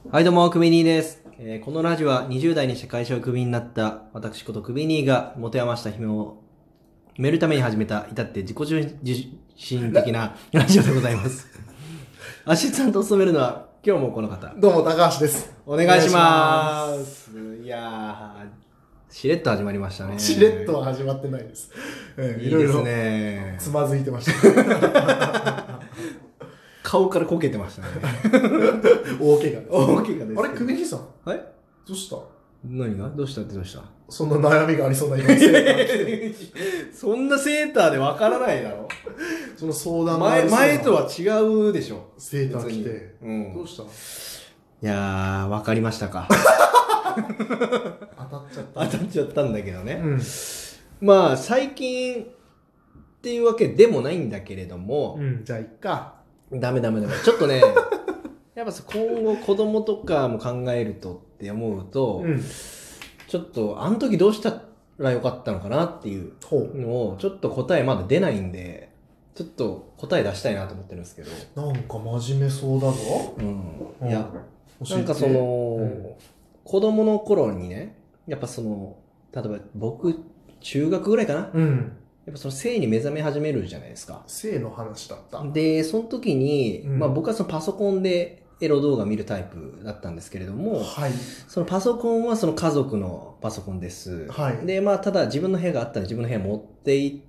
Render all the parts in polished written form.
はいどうも、クビニーです。このラジオは20代にして会社をクビになった私ことクビニーが持て余した暇を埋めるために始めた至って自己中心的なラジオでございます。アシスタントを務めるのは今日もこの方。 どうも、高橋です。 お願いします。いやー、しれっと始まりましたね。 しれっとは始まってないです。 いいですね。 つまずいてました。 顔からこけてましたね。 大怪我です。 大怪我です。 あれ、クビニさん。 はい。 どうした？ 何がどうしたってどうした？ そんな悩みがありそうな今セーター着てそんなセーターでわからないだろ。 その相談がありそうな前とは違うでしょ。 セーター着て、どうした？ いやー、わかりましたか。 当たっちゃった。 当たっちゃったんだけどね。 まあ、最近っていうわけでもないんだけれども。 じゃあ、いっか。 ダメ。ちょっとね、やっぱ今後子供とかも考えるとって思うと、ちょっとあの時どうしたらよかったのかなっていうのをちょっと答えまだ出ないんで、ちょっと答え出したいなと思ってるんですけど。 なんか真面目そうだぞ。 いや、なんか子供の頃にね、やっぱ例えば僕、中学ぐらいかな、やっぱ性に目覚め始めるじゃないですか。 性の話だった。 で、その時に、僕はパソコンでエロ動画見るタイプだったんですけれども、そのパソコンはその家族のパソコンです。で、ただ自分の部屋があったら自分の部屋持って行って、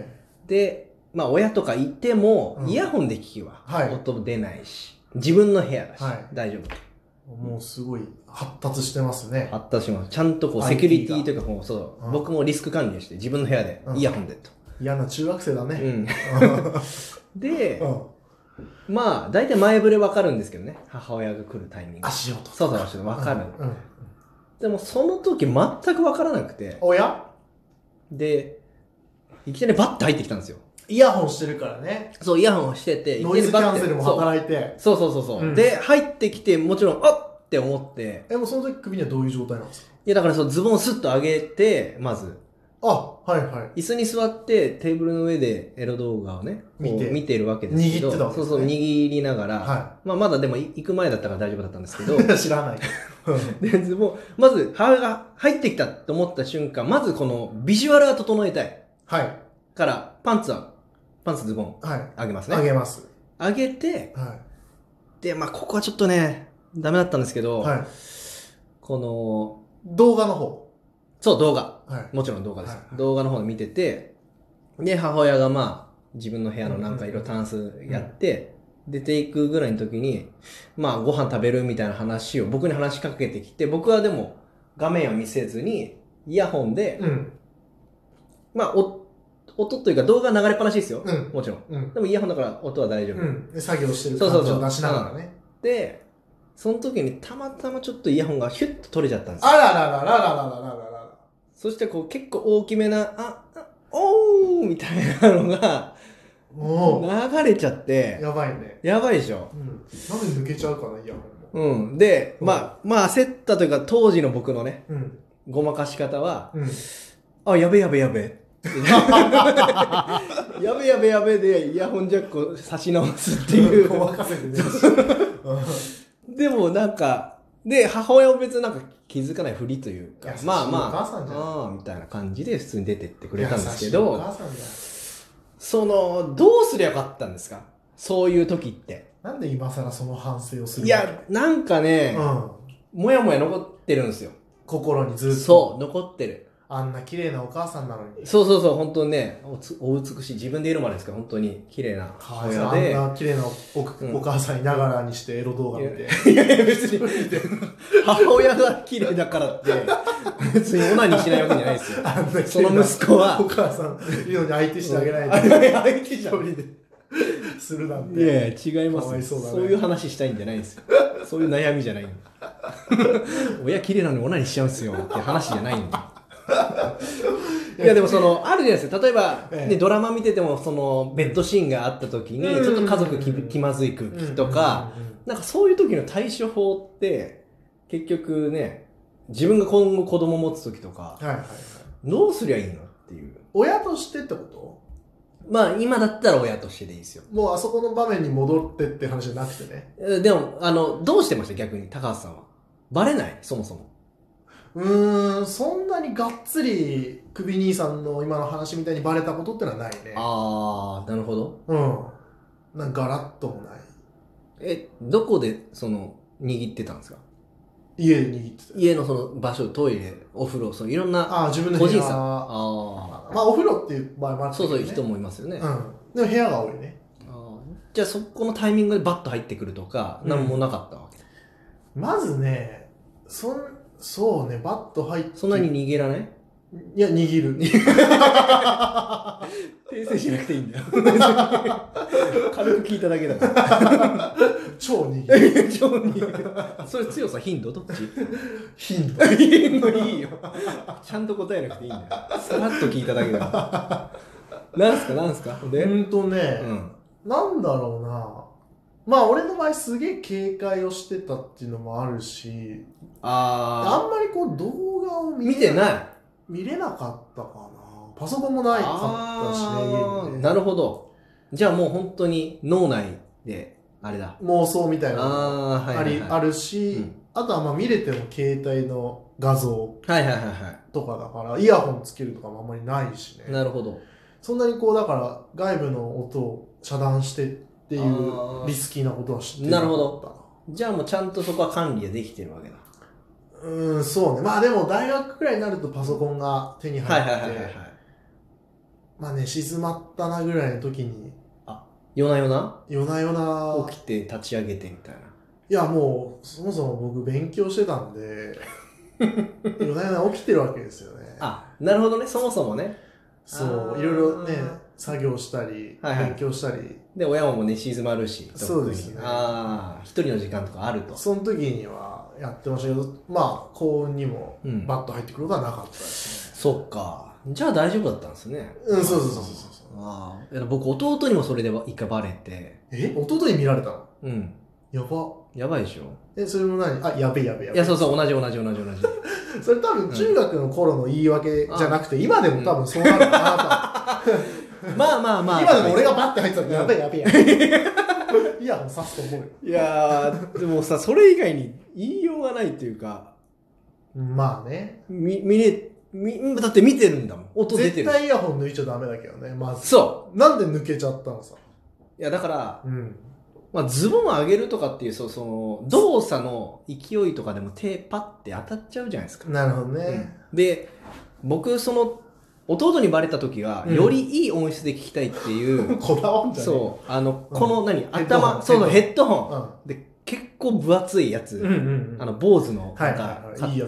で、親とかいても、イヤホンで聞けば音出ないし、自分の部屋だし、大丈夫。 もうすごい発達してますね。 発達します。ちゃんとセキュリティというか僕もリスク管理して自分の部屋でイヤホンでと。 嫌な中学生だね。 で、大体前触れわかるんですけどね。母親が来るタイミング。 足音。 そう足音わかる。でもその時全くわからなくて。で、いきなりバッて入ってきたんですよ。 イヤホンしてるからね。 そう、イヤホンしてて、 ノイズキャンセルも働いて。 そう。で、入ってきて、もちろん、あっって思って。 もうその時首にはどういう状態なんですか？ いや、だからズボンをスッと上げて、まず。椅子に座ってテーブルの上でエロ動画をね、見ているわけですけど。 握ってたわけですね。 握りながら。まだでも行く前だったから大丈夫だったんですけど。 知らない。 で、ズボン、まず母親が入ってきたと思った瞬間、まずこのビジュアルは整えたい。から、パンツズボン。上げますね。 上げます。 上げて、で、ここはちょっとね、ダメだったんですけど、この、 動画の方。 そう、動画。もちろん動画です。動画の方で見てて、で、母親が自分の部屋のなんか色タンスやって、出ていくぐらいの時に、ご飯食べるみたいな話を僕に話しかけてきて、僕はでも画面を見せずに、イヤホンで、音というか動画流れっぱなしですよ。もちろん。でもイヤホンだから音は大丈夫。 作業してる感じを出しながらね。 で、その時にたまたまちょっとイヤホンがヒュッと取れちゃったんですよ。 あらららららららら。 そして結構大きめな、おーみたいなのが、流れちゃって。 やばいね。 やばいでしょ。 なんで抜けちゃうかな、イヤホンも。 で、焦ったというか当時の僕のね、ごまかし方は、やべ。やべでイヤホンジャックを差し直すっていう。 ごまかせてね。 でもで、母親も別に気づかないふりというか、みたいな感じで普通に出てってくれたんですけど、どうすりゃよかったんですか？そういう時って。 なんで今更その反省をする？ いや、もやもや残ってるんですよ。 心にずっと。 そう、残ってる。 あんな綺麗なお母さんなのに。 そう、本当にね、お美しい、自分で言うのもあれですけど、本当に綺麗な母親で。 あんな綺麗なお母さんいながらにしてエロ動画見て。 いや別に、母親が綺麗だからって、別にオナニーしないわけじゃないですよ。その息子は。 お母さんいるのに相手してあげないで。相手じゃん。 するなんて。 いや違います。そういう話したいんじゃないんですよ。そういう悩みじゃないんだ。親綺麗なのにオナニーしちゃうんですよって話じゃないんだ。いやでもあるじゃないですか。例えば、ドラマ見ててもベッドシーンがあった時にちょっと家族気まずい空気とか、そういう時の対処法って結局ね、自分が今後子供持つ時とか、どうすりゃいいのっていう。 親としてってこと？ まあ今だったら親としてでいいですよ。 もうあそこの場面に戻ってって話じゃなくてね。 でも、どうしてました逆に、高橋さんは。バレないそもそも。 そんなにがっつり、首兄さんの今の話みたいにバレたことってのはないね。 あー、なるほど。 なんかガラッともない。 どこで、握ってたんですか？ 家で握ってた。 家のその場所、トイレ、お風呂、いろんな自分の部屋。 個人差。 まあお風呂っていう場合もあるけどね。 そう、人もいますよね。 でも部屋が多いね。 じゃあそこのタイミングでバッと入ってくるとか、なんもなかったわけ。 まずね、そうね、バッと入って。 そんなに握らない？ いや、握る。 訂正しなくていいんだよ。軽く聞いただけだから。 超握る。 超握る。それ強さ、頻度どっち？ 頻度いいよ。ちゃんと答えなくていいんだよ。さらっと聞いただけだから。なんすかでなんだろうな。まあ俺の場合すげえ警戒をしてたっていうのもあるし、あんまりこう動画を見れなかったかな。パソコンもないかったしね、家にね。 なるほど。じゃあもう本当に脳内で、あれだ。 妄想みたいなのがあるし、あとはまあ見れても携帯の画像とかだから、イヤホンつけるとかもあんまりないしね。 なるほど。 そんなにこうだから外部の音を遮断してっていうリスキーなことは知ってなるほど。じゃあもうちゃんとそこは管理ができてるわけだ。 そうね。まあでも大学くらいになるとパソコンが手に入って、まあね、静まったなぐらいの時に。 夜な起きて立ち上げてみたいな。 いやもう、そもそも僕勉強してたんで、夜な夜な起きてるわけですよね。 なるほどね。そもそもね。 そう、いろいろね、作業したり、勉強したり。 で、親もね、静まるし。 そうですね。 一人の時間とかあると。 その時にはやってましたけど、まあ、幸運にもバッと入ってくることはなかったですね。 そっか。じゃあ大丈夫だったんですね。 そう。 僕、弟にもそれで一回バレて。 弟に見られたの？ やばいでしょ？ それも何？やべ。いや、そう、同じ。 それ多分中学の頃の言い訳じゃなくて、今でも多分そうなるかなと。 まあ。 今でも俺がバッて入ってたら、やべ。イヤホン刺すと思うよ。 いやー、でもさ、それ以外に言いようがないっていうか。 まあね。 だって見てるんだもん。音出てる。 絶対イヤホン抜いちゃダメだけどね、まず。 そう。 なんで抜けちゃったのさ。 いや、だから、まあ、ズボンを上げるとかっていう、動作の勢いとかでも手パッて当たっちゃうじゃないですか。 なるほどね。 で、僕、弟にバレた時が、よりいい音質で聞きたいっていう。 こだわんじゃねそう。この頭、ヘッドホン。で、結構分厚いやつ。坊主の、買って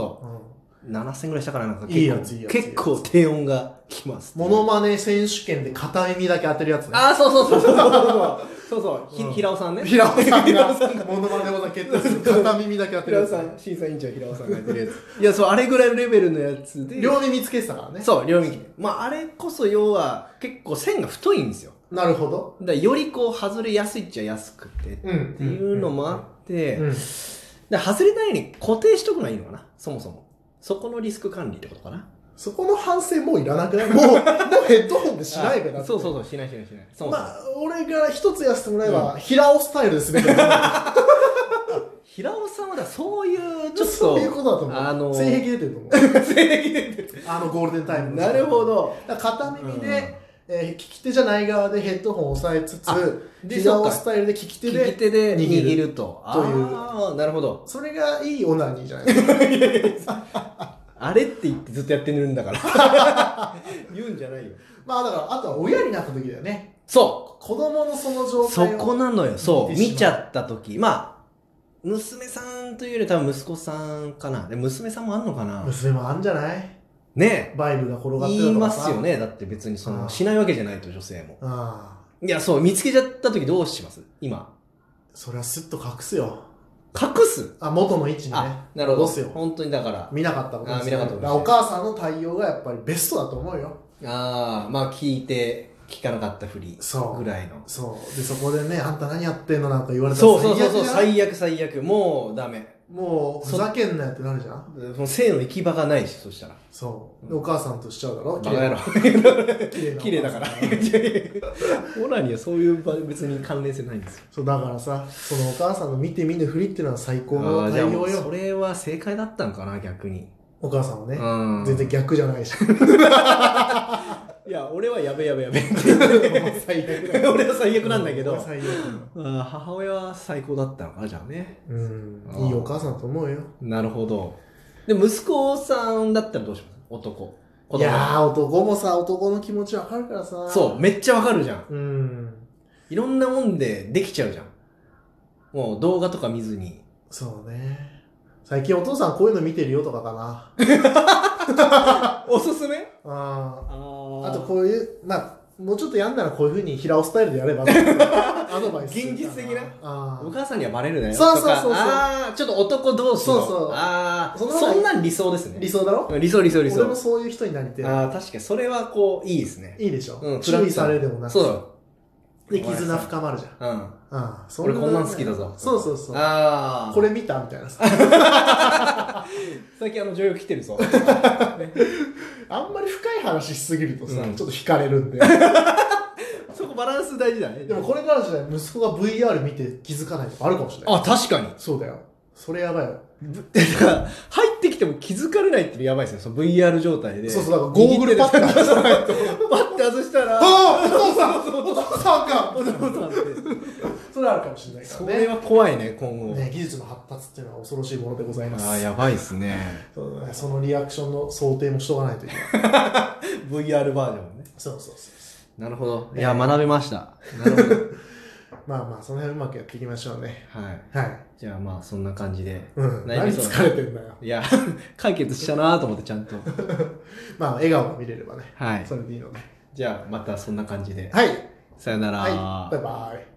、7000ぐらいしたからなんか結構低音がきます。 モノマネ選手権で片耳だけ当てるやつね。 そう。平尾さんね。 平尾さんがモノマネを決定する片耳だけ当てるやつ。 審査委員長平尾さんがやってるやつ。いや、そう、あれぐらいのレベルのやつで。 両耳つけてたからね。 そう、両耳。まあ、あれこそ要は結構線が太いんですよ。 なるほど。 だからよりこう外れやすいっちゃ安くてっていうのもあって、外れないように固定しとくのがいいのかな、そもそも。そこのリスク管理ってことかな。 そこの反省もういらなくない？もうヘッドホンでしないべな。 そう、しない。 まあ、俺が一つやせてもらえば、平尾スタイルですべて。 平尾さんはそういう、ちょっと。 そういうことだと思う。性癖出てると思う。ゴールデンタイム。 なるほど。 片耳で、利き手じゃない側でヘッドホンを押さえつつ、平尾スタイルで利き手で握ると。なるほど。 それがいいオナニーじゃないですか。 あれって言ってずっとやってるんだから。言うんじゃないよ。 まあだから、あとは親になった時だよね。 そう。 子供のその状態を。そこなのよ。そう。見ちゃった時。まあ、娘さんというより多分息子さんかな。で、娘さんもあんのかな。 娘もあんじゃないね。 バイブが転がってる言いますよね。だって別にしないわけじゃないと、女性も。いや、そう、見つけちゃった時どうします今。 それはスッと隠すよ。 隠す？ 元の位置にね。 なるほど。本当にだから。 見なかったことです。 見なかったこと。 お母さんの対応がやっぱりベストだと思うよ。 まあ聞いて、聞かなかったふりぐらいの。 そう。で、そこでね、あんた何やってんのなんか言われたらそう、最悪。もうダメ。 もうふざけんなよってなるじゃん。 その性の行き場がないし、そしたら。 そう。お母さんとしちゃうだろ。 バカ野郎。綺麗だから。オナニーはそういう別に関連性ないんですよ。 そうだからさ、そのお母さんの見て見ぬふりっていうのは最高の対応よ。 それは正解だったのかな、逆に。 お母さんはね。全然逆じゃないし。 いや、俺はやべやべやべって最悪だ。 俺は最悪なんだけど、 最悪母親は最高だったのかな、じゃあね。 いいお母さんと思うよ。 なるほど。で、息子さんだったらどうします？男。 いやー、男もさ、男の気持ちわかるからさ。 そう、めっちゃわかるじゃん。いろんなもんでできちゃうじゃん。もう動画とか見ずに。 そうね。最近お父さんこういうの見てるよとかかな。 おすすめ？ あとこういう、まあ、もうちょっとやんならこういう風に平尾スタイルでやればアドバイス。 現実的なお母さんにはバレるね。 そう。ちょっと男同士の。 そう。 そんなん理想ですね。 理想だろ？ 理想。俺もそういう人になりて。 確かにそれはこう、いいですね。 いいでしょ？注意されるでもなく。 そうで、絆深まるじゃん。 俺こんなん好きだぞ。 そう。これ見たみたいなさ。 最近女優来てるぞ。 あんまり深い話しすぎるとさ、ちょっと惹かれるんで。 そこバランス大事だね。 でもこれからじゃない、息子が VR 見て気づかないとかあるかもしれない。 確かに。 そうだよ。それやばいよ。 だから入ってきても気づかれないってやばいですね。その VR 状態で。 そう、だからゴーグルパッて外さないと。 パッて外したら、 お父さんかお父さんって。 それあるかもしれないからね。 それは怖いね、今後。 ね、技術の発達っていうのは恐ろしいものでございます。 やばいっすね。 そのリアクションの想定もしとかないといけない。 VR バージョンね。 そう。 なるほど。いや、学べました。なるほど。 まあ、その辺うまくやっていきましょうね。 はい。じゃあまあ、そんな感じで。 何疲れてんだよ。 いや、解決したなと思ってちゃんと。 まあ、笑顔が見れればね。 はい。 それでいいので。 じゃあ、またそんな感じで。 はい。 さよなら。 はい。バイバイ。